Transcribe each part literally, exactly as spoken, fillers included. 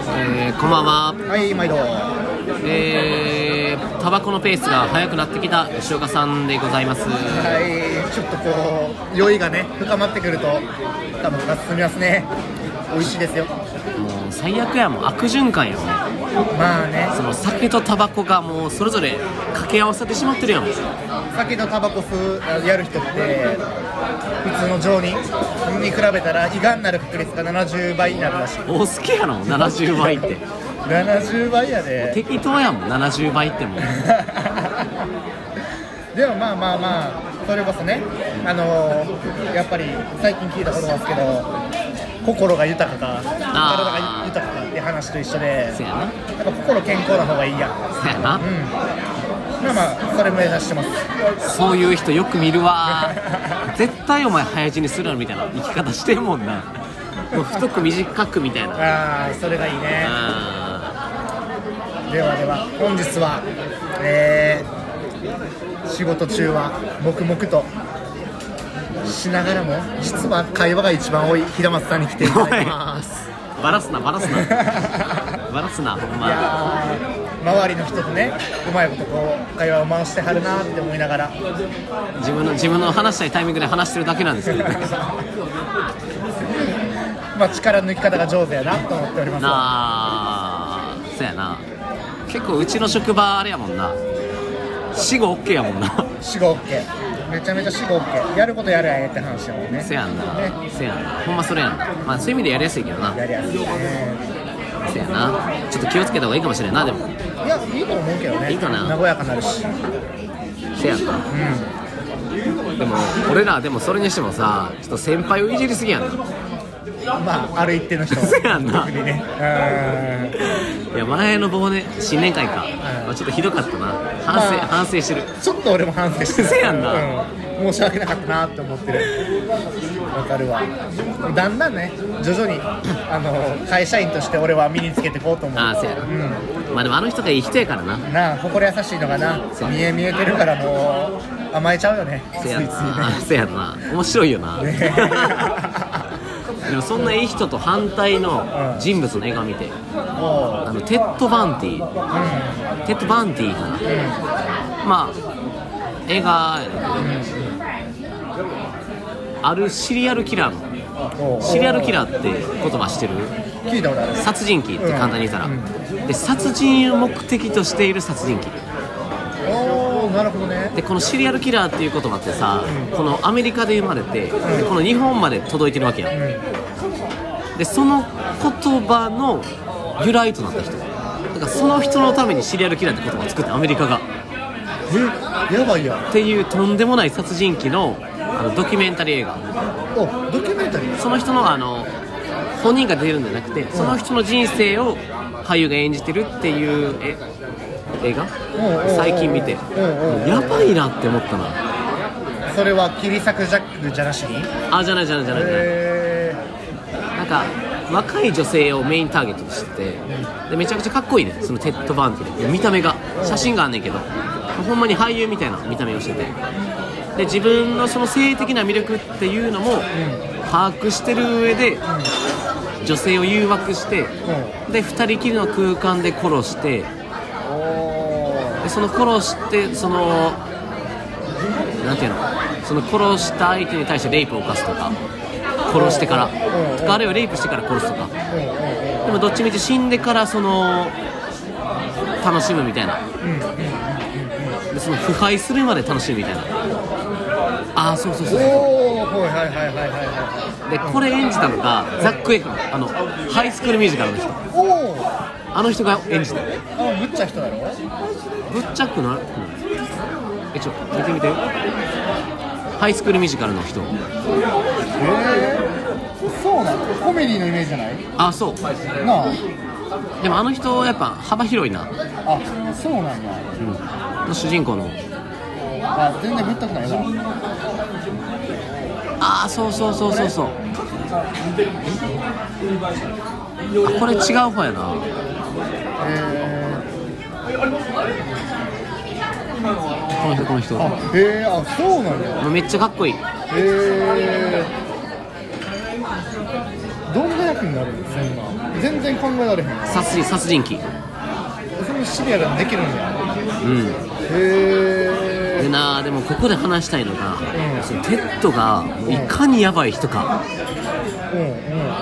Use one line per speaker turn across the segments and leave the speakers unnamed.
えー、こんばんは。
はい、毎度。
えー、タバコのペースが速くなってきた吉岡さんでございます。
はい、ちょっとこう酔いがね深まってくるとタバコが進みますね。美味しいですよ。
もう最悪やもん、悪循環やもんね。
まあね、
その酒とタバコがもうそれぞれ掛け合わせてしまってるやん。
酒とタバコ吸うやる人って普通の常人に比べたら胃がんになる確率がななじゅうばいになるらしい。
大好きやろななじゅうばいって
ななじゅうばいやで。
適当やもんななじゅうばいってもう
でもまあまあまあそれこそね、あのー、やっぱり最近聞いたことなんですけど、心が豊かか体が豊かかって話と一緒で、
そうやな、
やっぱ心健康な方がいいやん。
そうやな、
うん、まあまあそれ目指してます。
そういう人よく見るわ絶対お前早死にするのみたいな生き方してんもんな。もう太く短くみたいな。
ああ、それがいいね。
あ
ではでは本日は、えー、仕事中は黙々としながらも実は会話が一番多い平松さんに来ていただきます。
バラすなバラすなバラすなほんま。
いや周りの人とねうまいことこう会話を回してはるなって思いながら
自分の自分の話したいタイミングで話してるだけなんですけどね
まあ力抜き方が上手やなと思っております。
なあ、そうやな。結構うちの職場あれやもんな、死後 OK やもんな。
死後 OK、 めちゃめちゃ死後 OK、 やることやるやんえって話やもんね。
せやんな、
ね、
せやんな、ほんまそれやんな。まあそういう意味でやりやすいけどな。
やりやすいね。
せやな、ちょっと気をつけた方がいいかもしれんな。でも
いや、いいと思うけどね。
いいかな、
和やかになるし。
せやんな、うん、でも俺らでもそれにしてもさ、ちょっと先輩をいじりすぎやんな。
まあある一定の人
せやんな、
特にね。
いや前の忘年新年会か、まあ、ちょっとひどかったな。反省、まあ、反省してる。
ちょっと俺も反省してる。
せやんな、
うん、申し訳なかったなって思ってる。わかるわ。だんだんね徐々にあの会社員として俺は身につけていこうと思う。
ああ、せやな、うん、まあでもあの人がいい人やからな。
なあ、心優しいのがな、見え見えてるからもう甘えちゃうよね。
せやな、
ついついね。
せやな、面白いよな、ねでもそんないい人と反対の人物の映画を見て、うん、あのテッド・バンティ、うん、テッド・バンティかな、うん、まあ映画やねんけど、うん、あるシリアルキラーのシリアルキラーって言葉知ってる？
聞いたことある。
殺人鬼って簡単に言ったら、うんうん、で殺人を目的としている殺人鬼。
おー、なるほどね。
でこのシリアルキラーっていう言葉ってさ、うん、このアメリカで生まれて、うん、でこの日本まで届いてるわけやん、うん、でその言葉の由来となった人だからその人のためにシリアルキラーって言葉を作ってアメリカが
えやばいやん
っていうとんでもない殺人鬼の、あのドキュメンタリー映画。
おドキュメンタリー。
その人のあの本人が出るんじゃなくて、その人の人生を俳優が演じてるっていうえ映画最近見てやばいなって思ったな。
それはキリサクジャックじゃなしに？
あ、じゃないじゃないじゃないじゃない。なんか若い女性をメインターゲットとしてて、でめちゃくちゃかっこいいね、そのテッド・バンティで見た目が。写真があんねんけどほんまに俳優みたいな見た目をしてて、で自分のその性的な魅力っていうのも把握してる上で女性を誘惑して、でふたりきりの空間で殺して、でその殺してそのなんていうの、その殺した相手に対してレイプを犯すとか、殺してからとか、あるいはレイプしてから殺すとか、でもどっちみち死んでからその楽しむみたいな、でその腐敗するまで楽しむみたいな。ああ、そうそうそうそう。でこれ演じたのがザック・エフロン、あのハイスクールミュージカルの人。あの人が演じた。
あのぶっちゃ人だろ。
ぶっちゃくなる、うん、えちょっと見てみてよ。ハイスクールミュージカルの人。
えー、そうなの？コメディのイメージじゃない？
あ、そう
なあ。
でもあの人やっぱ幅広いな。
あ、そうなんや。
うん、の主人公の。
あ、全然ぶったくないな。
あ、そうそうそうそうそう。あ、これ違う方やな。
えー、
この人この人。
あ、へー、あ、そうなんだ。
めっちゃかっこいい。
へー、どんな役になるんですそんな全然考えられへん
殺人殺人鬼。
そのシビアができるんや。
うん
へえ。
でなでもここで話したいのが、
うん、
そのテッドがいかにヤバい人か。
うんうんうんうんうん。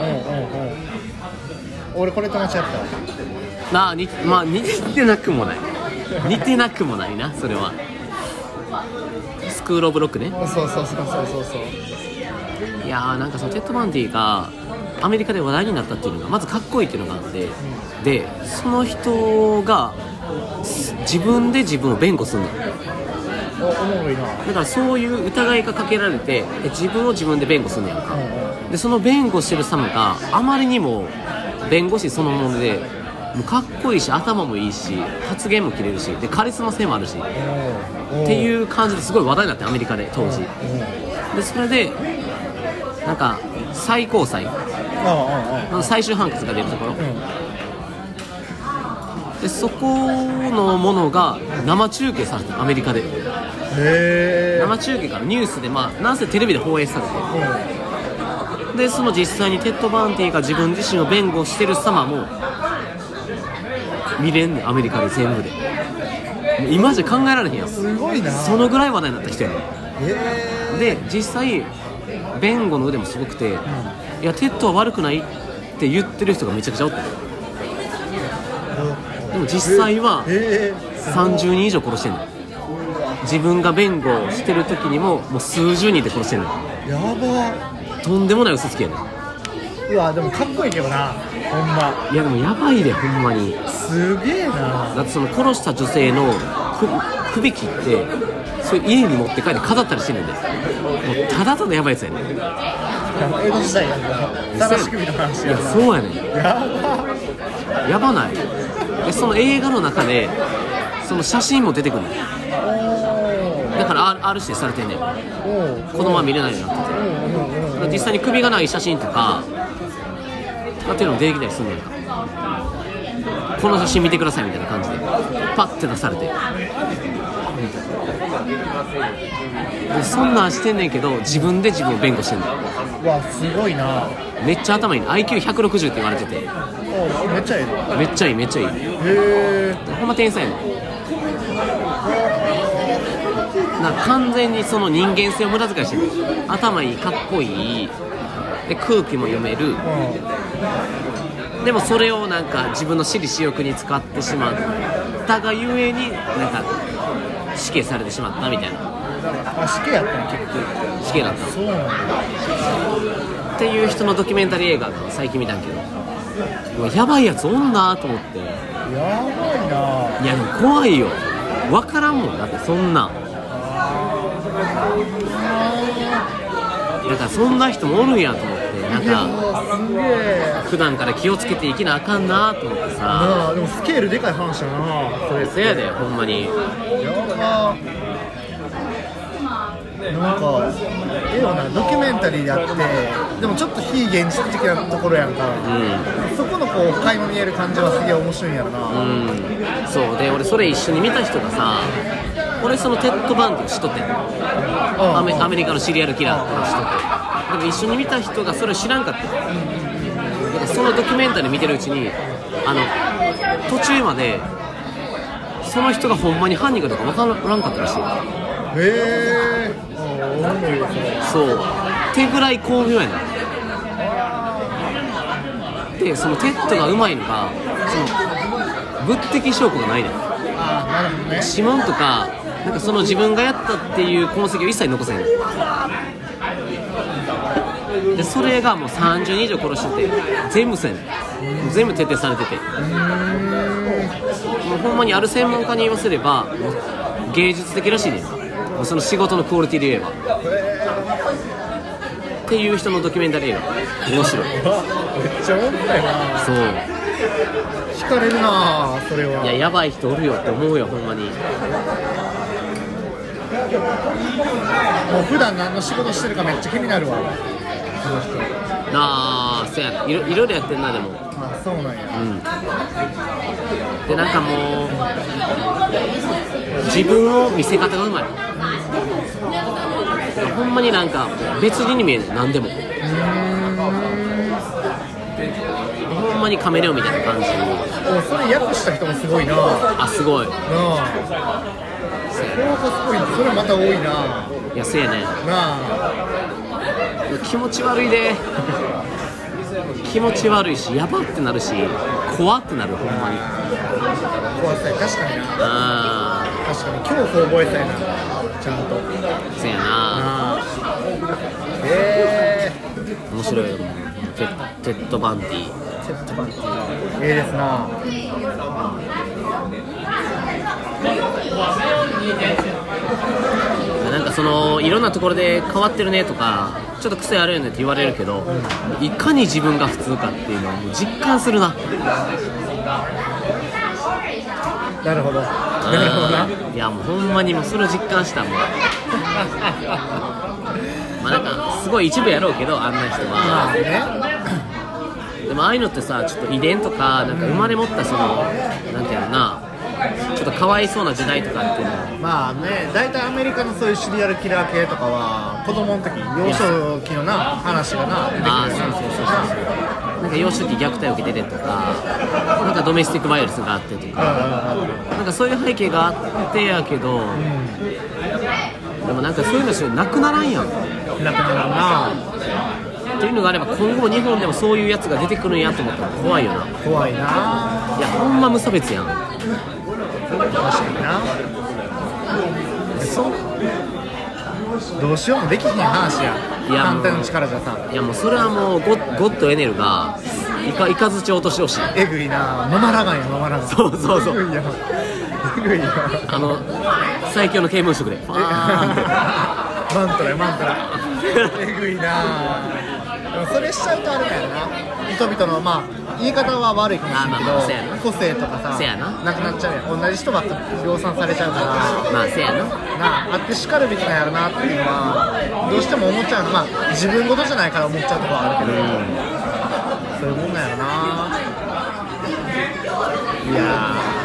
俺これと間違った
なあに、まあ、似てなくもない似てなくもないなそれは。スクールオブロックね。
そうそうそうそうそうそう。
いやーなんかそのテッド・バンディがアメリカで話題になったっていうのがまずかっこいいっていうのがあって、うん、でその人が自分で自分を弁護するの。
おもろいな。
だからそういう疑いがかけられて自分を自分で弁護するのやんか、うんうん、でその弁護してる様があまりにも弁護士そのものでもうかっこいいし頭もいいし発言も切れるしでカリスマ性もあるしっていう感じですごい話題になってアメリカで当時でそれでなんか最高裁の最終判決が出るところでそこのものが生中継されてアメリカで
へ
生中継からニュースでまあなんせテレビで放映されてでその実際にテッド・バンディが自分自身を弁護してる様も見れんねんアメリカで全部で今じゃ考えられへんやん。
すごいな。
そのぐらい話題になった人やねん。
へ
で実際弁護の腕もすごくて、うん、いやテッドは悪くないって言ってる人がめちゃくちゃおったでも実際はさんじゅうにん以上殺してんの。自分が弁護してる時にももう数十人で殺してんの。
やば。
とんでもない嘘つきやねん。
うわでもかっこいいけどなほんま。
いやでもやばいでほんまに
すげえな。
だってその殺した女性の首切ってそれ家に持って帰って飾ったりしてるんでもうただただやばいやつやねん。
江戸時代やんか正し首の話やな。
いやそうやねん。
やば
やばない。でその映画の中でその写真も出てくるのだから R, R 指定されてんねん。子供は見れないようになってて実際に首がない写真とかっていうのも出てきたりするねんか。この写真見てくださいみたいな感じでパッて出されてでそんなんしてんねんけど自分で自分を弁護してんねん。
うわすごいな。
めっちゃ頭いいの アイキューひゃくろくじゅう って言われてて
おめっちゃいいの。
めっちゃいいめっちゃいい。へ
え。
ほんま天才やねん。なんか完全にその人間性を無駄遣いしてる。頭いいかっこいいで空気も読める、うん、でもそれをなんか自分の私利私欲に使ってしまったがゆえになんか死刑されてしまったみたいな。
あ死刑やったの結局。
死刑だったの。
そうなんだ
っていう人のドキュメンタリー映画が最近見たんけどもうやばいやつおんなと思って。
やばいな。
いやでも怖いよ分からんもんだってそんなだからそんな人もおるんやと思ってなんか普段から気をつけていきなあかんなと思ってさ。
なあでもスケールでかい話やな
それせやでほんまに。
やばなんかええよなドキュメンタリーであってでもちょっと非現実的なところやんか、うん、そこのこう垣間見える感じはすげえ面白いんやろな、
うん、そうで俺それ一緒に見た人がさ俺そのテッド・バンディを知っとってんアメ、アメリカのシリアルキラーってのを知っとってでも一緒に見た人がそれを知らんかった、うん、そのドキュメンタリー見てるうちにあの途中までその人がほんまに犯人かどうか分からんかったらしい。
へえ。
そう手ぐらい巧妙やな。でそのテッドがうまいのがその物的証拠がないねん。
あなるほどね。
指紋とかなんかその自分がやったっていう痕跡を一切残せへんねん。でそれがもうさんじゅうにん以上殺してて全部せん全部徹底されててもうほんまにある専門家に言わせれば芸術的らしいねん。もうその仕事のクオリティで言えばっていう人のドキュメンタリー映画面白い。
めっちゃ思ったよな。
そう
惹かれるなそれは。
いややばい人おるよって思うよほんまに。
もう普段何の仕事してるかめっちゃ気になるわその人。
なあそうやないろいろやってんなでも。
あそうなんや、
うん、でなんかもう自分を見せ方がうまい。ほんまになんか別人に見える何でも。 まにカメレオンみたいな感じ。
おそれ訳した人もすごいな。
あ、すごい。
なあそれはすごい。それまた多いな。
いや、せやねん。
なあ
気持ち悪いで気持ち悪いし、やばってなるし、怖ってなる、ほんまに。
怖さや、確かにな。
あ
確かに恐怖を覚えたいな、ちゃんと。
ー、せやな。
あえー、
面白いよ。テッテッド・バンディ。
テッドバンティええですな。
なんかそのいろんなところで変わってるねとか、ちょっと癖あるよねって言われるけど、いかに自分が普通かっていうのをもう実感するな。
なるほど。なるほどな。
いやもうほんまにもうそれを実感したもん。まあなんかすごい一部やろうけど、あんな人
ま
は
あね。
でもああいうのってさ、ちょっと遺伝とかなんか生まれ持ったその、なんていうのな、ちょっとかわいそうな時代とかっていうのは
まあね、大体アメリカのそういうシリアルキラー系とかは子供の時、幼少期のな話がな出てくるよな。
あーそうそうそうそうなんか幼少期虐待を受けててとか、なんかドメスティックバイオレンスがあってとか、なんかそういう背景があってやけど、でもなんかそういうのしなくならんやんっ
なくなるな。
ていうのがあれば、今後日本でもそういうやつが出てくるんやと思ったら怖いよな。
怖いな。
いやほんま無差別やん。
確かにな。そうどうしようもできひん話や。
いや
反対の力じゃさ。
いやもうそれはもうゴッゴッドエネルがイカイカズチ落としてほしい。
えぐいな。野間ラガンや、野間ラガン。
そうそうそう
えぐいや。えぐいや。
あの最強の刑務職でファーンって
マントラや、マントラ。えぐいな。でもそれしちゃうとあれだよな。人々のまあ言い方は悪いかもしれんけど、
あまあまあせやな
個性とかさ、
せやな
なくなっちゃうやん。同じ人ばっか量産されちゃうから。
まあせやな。
なあ、あってしかるべきなんやろなっていうのはどうしても思っちゃう。まあ自分事じゃないから思っちゃうところはあるけど、そういうもんなんやろな。いや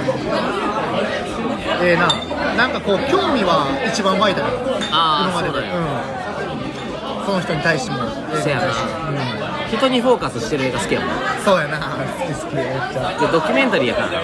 ーええー、な。なんかこう興味は一番湧いたから、
あー
今までで。
そうだよ
うん、その人に対しても、
せやな。人にフォーカスしてる映画好きやもん。
そうやな。好き好きめっちゃ。
でドキュメンタリーやから。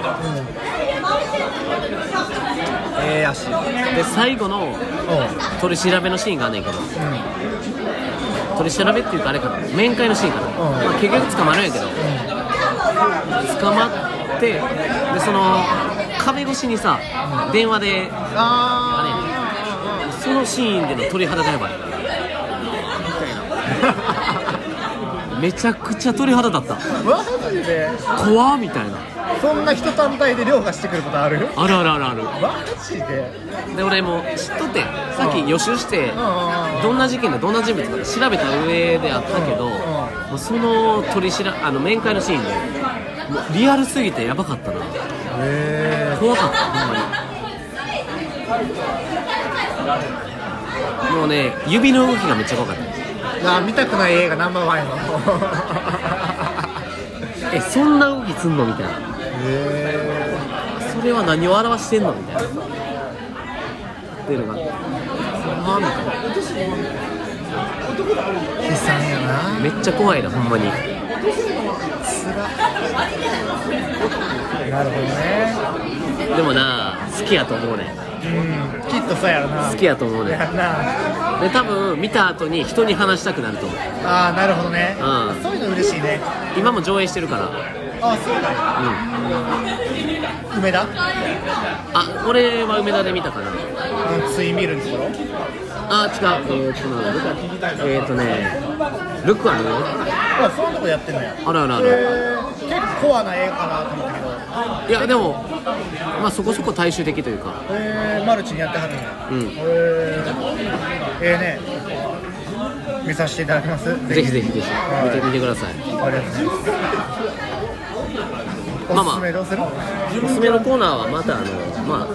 ええやし。
で最後の
おう。
取り調べのシーンがあんねんけど、
う
取り調べっていうかあれかな、面会のシーンかな、
ん
まあ、結局捕まるんやけど、捕まってでその壁越しにさ、電話で
ん。あ
そのシーンでの鳥肌がやばいみたいな。めちゃくちゃ鳥肌だった。
あ。マジで。
怖っみたいな。
そんな人単体で凌駕してくることある？
あるあるあるある。
マジで。
で俺も知っとってさっき予習して
うん
どんな事件でどんな人物か調べた上であったけど、
うんうん
もうその取りしらあの面会のシーンでもうリアルすぎてやばかったな。
へ
怖かったほんまに。もうね指の動きがめっちゃ怖かった。
え。あ、見たくない映画ナンバーワンやの。
えそんな動きすんのみたいな。
へ
それは何を表してんのみたいなっていうのがあみたい
え。悲惨やな。
な。めっちゃ怖いなほんまに。
つら。なるほどね。
でもな好きやと思うね。
うん、きっとそうやろな。
好きやと思うね。
やな。
で多分見た後に人に話したくなると思う。
ああ、なるほどね。
うん
そういうの嬉しいね。
今も上映してるから。
あ、そうだよ。
うん
梅田？
あ俺は梅田で見たかな。
ツインビルのところ？
あ違うえーっとねえーっとねルックはね
あ、そんなとこやってんのや。
あるあるある。
へー結構コアな映画かなと思ったけど。
いやでもまあそこそこ大衆的というか。
えー、マルチにやってはるんや。
うん
へーえーね。見させていただきます。
ぜひぜひぜひ見てみてください。
ありがとうございます。
まあまあ
おすすめどうする？
おすすめのコーナーはまたあのまあ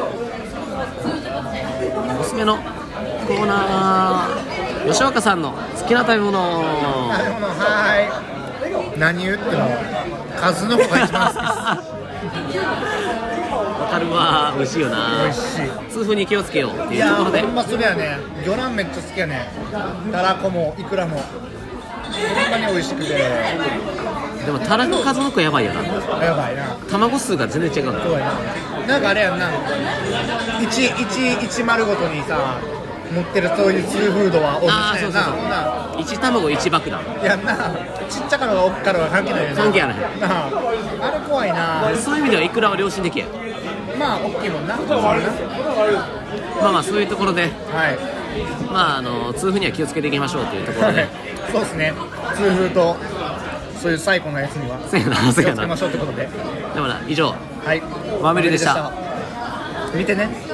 おすすめのコーナーは吉岡さんの好きな食べ物。
食べ物、はーい。何言っても数の子が一番好きです。
わかるわ美味しいよな。
美味しい。
痛風に気をつけようって
い
いうところで
やーほんまそれやね。魚卵めっちゃ好きやね。たらこもいくらも。 かに美味しくて、
でもたらこ数の子やばいよな。
やばいな。
卵数が全然違うの。
そうやな。なんかあれやんな、いち、いち、いち丸ごとにさ持ってるそういうツーフードは同じ
ああそうそうそう
な。
いち卵いち爆弾
やんな。ちっちゃかろうが大きかろうが関係ないよな。
関係あらへん。
なあ、あれ怖いな。
そういう意味ではイクラは良心的や。
まあ大きいもんな。
まあまあそういうところで、
はい。
まああの痛風には気をつけていきましょうというところで
そうですね。痛風とそういう最古のやつには
そうやなそうやな。
気をつけましょうってことで。
でもな以上
はい。
ワンメルでした。
見てね。